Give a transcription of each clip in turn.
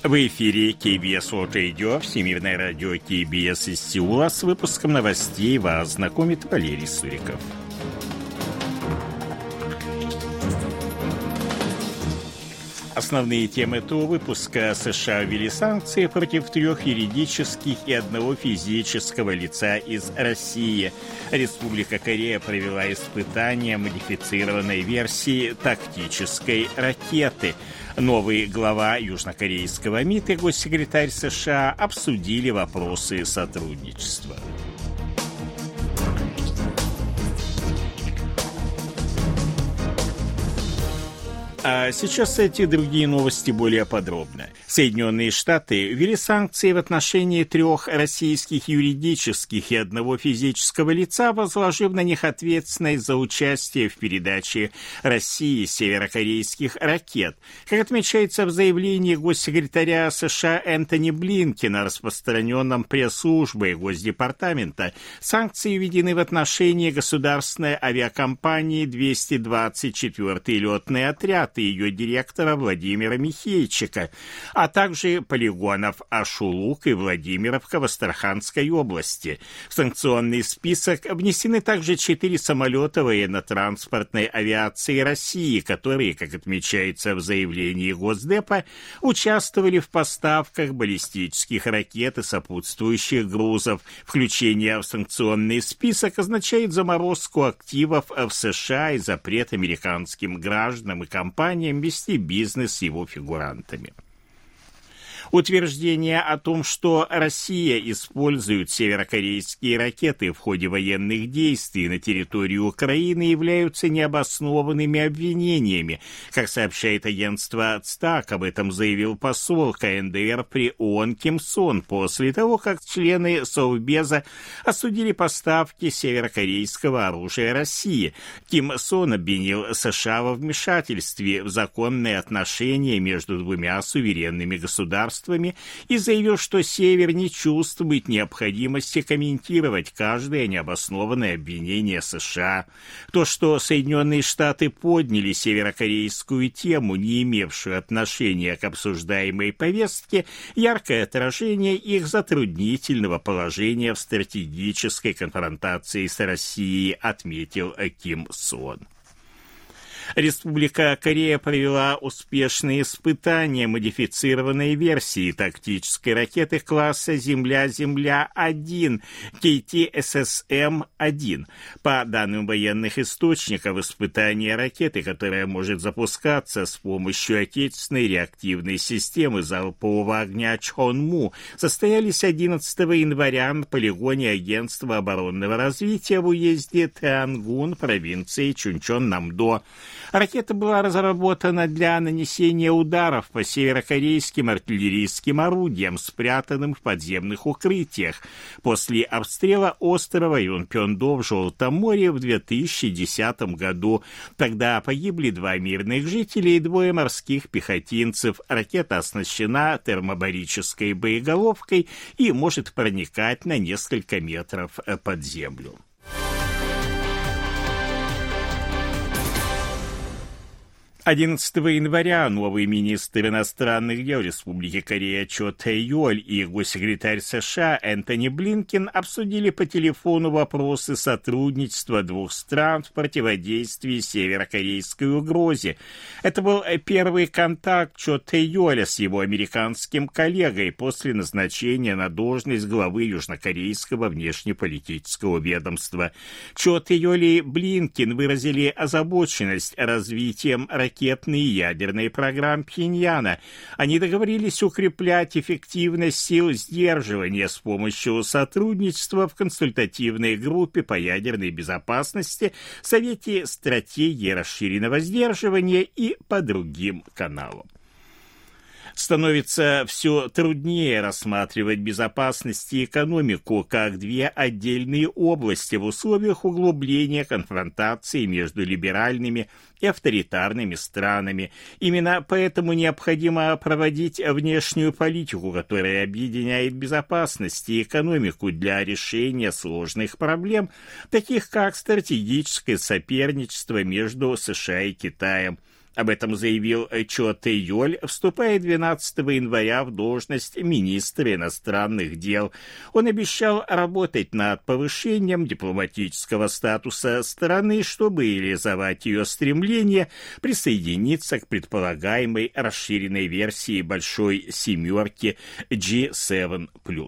В эфире КБС World Radio, Всемирное радио КБС из Сеула. С выпуском новостей вас знакомит Валерий Суриков. Основные темы этого выпуска. США ввели санкции против 3 юридических и 1 физического лица из России. Республика Корея провела испытания модифицированной версии тактической ракеты. Новый глава южнокорейского МИД и госсекретарь США обсудили вопросы сотрудничества. А сейчас эти другие новости более подробно. Соединенные Штаты ввели санкции в отношении 3 российских юридических и 1 физического лица, возложив на них ответственность за участие в передаче России северокорейских ракет. Как отмечается в заявлении госсекретаря США Энтони Блинкена, распространенном пресс-службой Госдепартамента, санкции введены в отношении государственной авиакомпании 224-й летный отряд и ее директора Владимира Михейчика, а также полигонов Ашулук и Владимировка в Астраханской области. В санкционный список внесены также 4 самолета военно-транспортной авиации России, которые, как отмечается в заявлении Госдепа, участвовали в поставках баллистических ракет и сопутствующих грузов. Включение в санкционный список означает заморозку активов в США и запрет американским гражданам и компаниям вести бизнес с его фигурантами. Утверждения о том, что Россия использует северокорейские ракеты в ходе военных действий на территории Украины, являются необоснованными обвинениями. Как сообщает агентство ЦТАК, об этом заявил посол КНДР при ООН Ким Сон после того, как члены Совбеза осудили поставки северокорейского оружия России. Ким Сон обвинил США во вмешательстве в законные отношения между 2 суверенными государствами и заявил, что Север не чувствует необходимости комментировать каждое необоснованное обвинение США. То, что Соединенные Штаты подняли северокорейскую тему, не имевшую отношения к обсуждаемой повестке, яркое отражение их затруднительного положения в стратегической конфронтации с Россией, отметил Ким Сон. Республика Корея провела успешные испытания модифицированной версии тактической ракеты класса «Земля-Земля-1» KT-SSM-1. По данным военных источников, испытания ракеты, которая может запускаться с помощью отечественной реактивной системы залпового огня Чхонму, состоялись 11 января на полигоне Агентства оборонного развития в уезде Тэангун провинции Чунчон-Намдо. Ракета была разработана для нанесения ударов по северокорейским артиллерийским орудиям, спрятанным в подземных укрытиях, после обстрела острова Юнпёндо в Желтом море в 2010 году. Тогда погибли 2 мирных жителя и 2 морских пехотинцев. Ракета оснащена термобарической боеголовкой и может проникать на несколько метров под землю. 11 января новый министр иностранных дел Республики Корея Чо Тэ-Юоль и госсекретарь США Энтони Блинкен обсудили по телефону вопросы сотрудничества 2 стран в противодействии северокорейской угрозе. Это был первый контакт Чо Тэ-Юоля с его американским коллегой после назначения на должность главы южнокорейского внешнеполитического ведомства. Чо Тэ-Юоль и Блинкен выразили озабоченность развитием ракетной и ядерной программ Пхеньяна. Они договорились укреплять эффективность сил сдерживания с помощью сотрудничества в консультативной группе по ядерной безопасности, Совете стратегии расширенного сдерживания и по другим каналам. Становится все труднее рассматривать безопасность и экономику как 2 отдельные области в условиях углубления конфронтации между либеральными и авторитарными странами. Именно поэтому необходимо проводить внешнюю политику, которая объединяет безопасность и экономику для решения сложных проблем, таких как стратегическое соперничество между США и Китаем. Об этом заявил Чо Тэ-Йоль, вступая 12 января в должность министра иностранных дел. Он обещал работать над повышением дипломатического статуса страны, чтобы реализовать ее стремление присоединиться к предполагаемой расширенной версии Большой Семерки G7+.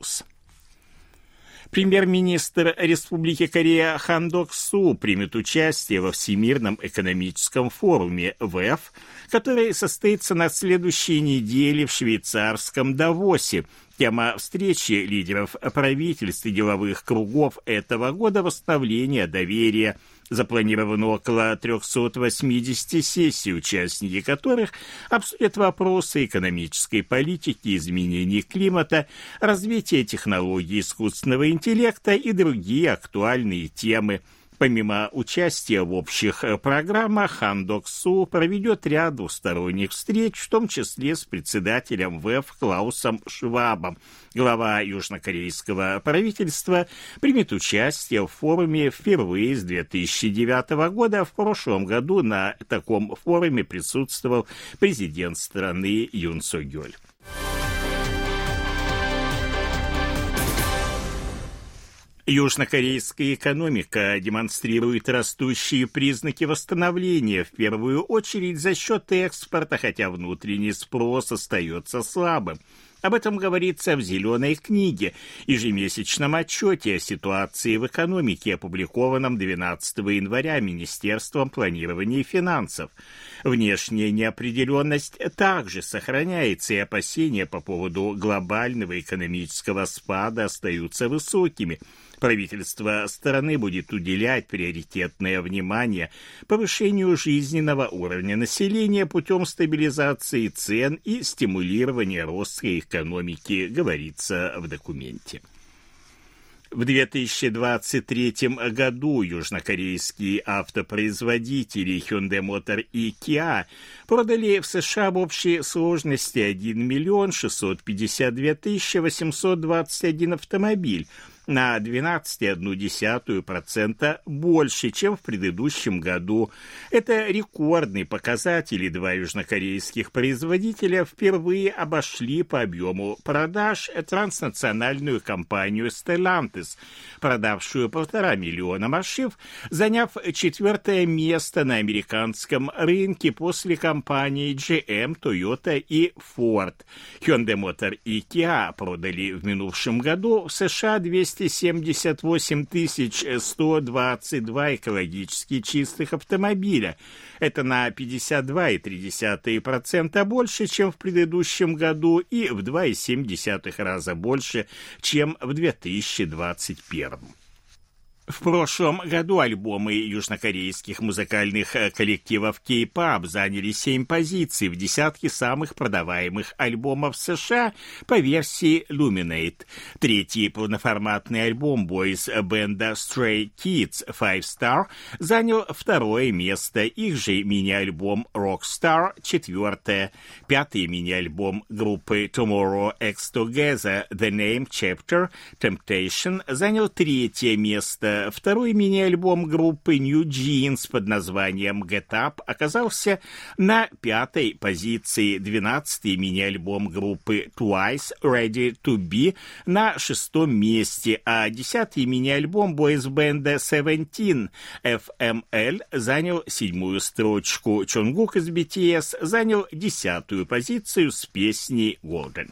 Премьер-министр Республики Корея Хан Док-су примет участие во Всемирном экономическом форуме ВЭФ, который состоится на следующей неделе в швейцарском Давосе. Тема встречи лидеров правительств и деловых кругов этого года – восстановление доверия. Запланировано около 380 сессий, участники которых обсудят вопросы экономической политики, изменений климата, развития технологий искусственного интеллекта и другие актуальные темы. Помимо участия в общих программах, Хан Док-су проведет ряд двусторонних встреч, в том числе с председателем ВЭФ Клаусом Швабом. Глава южнокорейского правительства примет участие в форуме впервые с 2009 года. В прошлом году на таком форуме присутствовал президент страны Юн Сок-гёль. Южнокорейская экономика демонстрирует растущие признаки восстановления, в первую очередь за счет экспорта, хотя внутренний спрос остается слабым. Об этом говорится в «Зеленой книге», ежемесячном отчете о ситуации в экономике, опубликованном 12 января Министерством планирования и финансов. Внешняя неопределенность также сохраняется, и опасения по поводу глобального экономического спада остаются высокими. Правительство страны будет уделять приоритетное внимание повышению жизненного уровня населения путем стабилизации цен и стимулирования роста экономики, говорится в документе. В 2023 году южнокорейские автопроизводители Hyundai Motor и Kia продали в США в общей сложности 1 652 821 автомобиль, на 12,1% больше, чем в предыдущем году. Это рекордный показатель, и два южнокорейских производителя впервые обошли по объему продаж транснациональную компанию Stellantis, продавшую 1,5 миллиона машин, заняв 4-е место на американском рынке после компаний GM, Toyota и Ford. Hyundai Motor и Kia продали в минувшем году в США 278 122 экологически чистых автомобиля. Это на 52,3% больше, чем в предыдущем году, и в 2,7 раза больше, чем в 2021. В прошлом году альбомы южнокорейских музыкальных коллективов K-pop заняли 7 позиций в десятке самых продаваемых альбомов США по версии Luminate. Третий полноформатный альбом бойз-бенда Stray Kids Five Star занял 2-е место, их же мини-альбом Rockstar – 4-е. 5-й мини-альбом группы Tomorrow X Together The Name Chapter Temptation занял 3-е место. 2-й мини-альбом группы New Jeans под названием Get Up оказался на 5-й позиции, 12-й мини-альбом группы Twice Ready to Be на 6-м месте, а 10-й мини-альбом бойз-бенда Seventeen FML занял 7-ю строчку. Чонгук из BTS занял 10-ю позицию с песней Golden.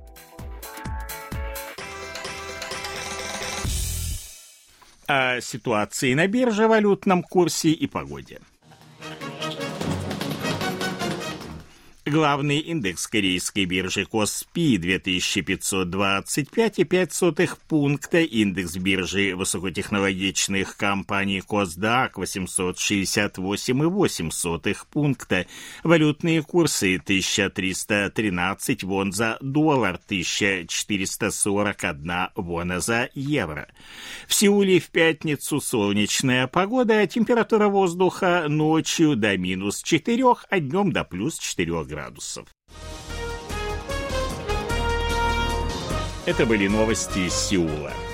О ситуации на бирже, валютном курсе и погоде. Главный индекс корейской биржи Коспи 2525,5 пункта, индекс биржи высокотехнологичных компаний Косдак 868,8 пункта, валютные курсы 1313 вон за доллар, 1441 вона за евро. В Сеуле в пятницу солнечная погода, температура воздуха ночью до -4, а днем до +4 градусов. Это были новости из Сеула.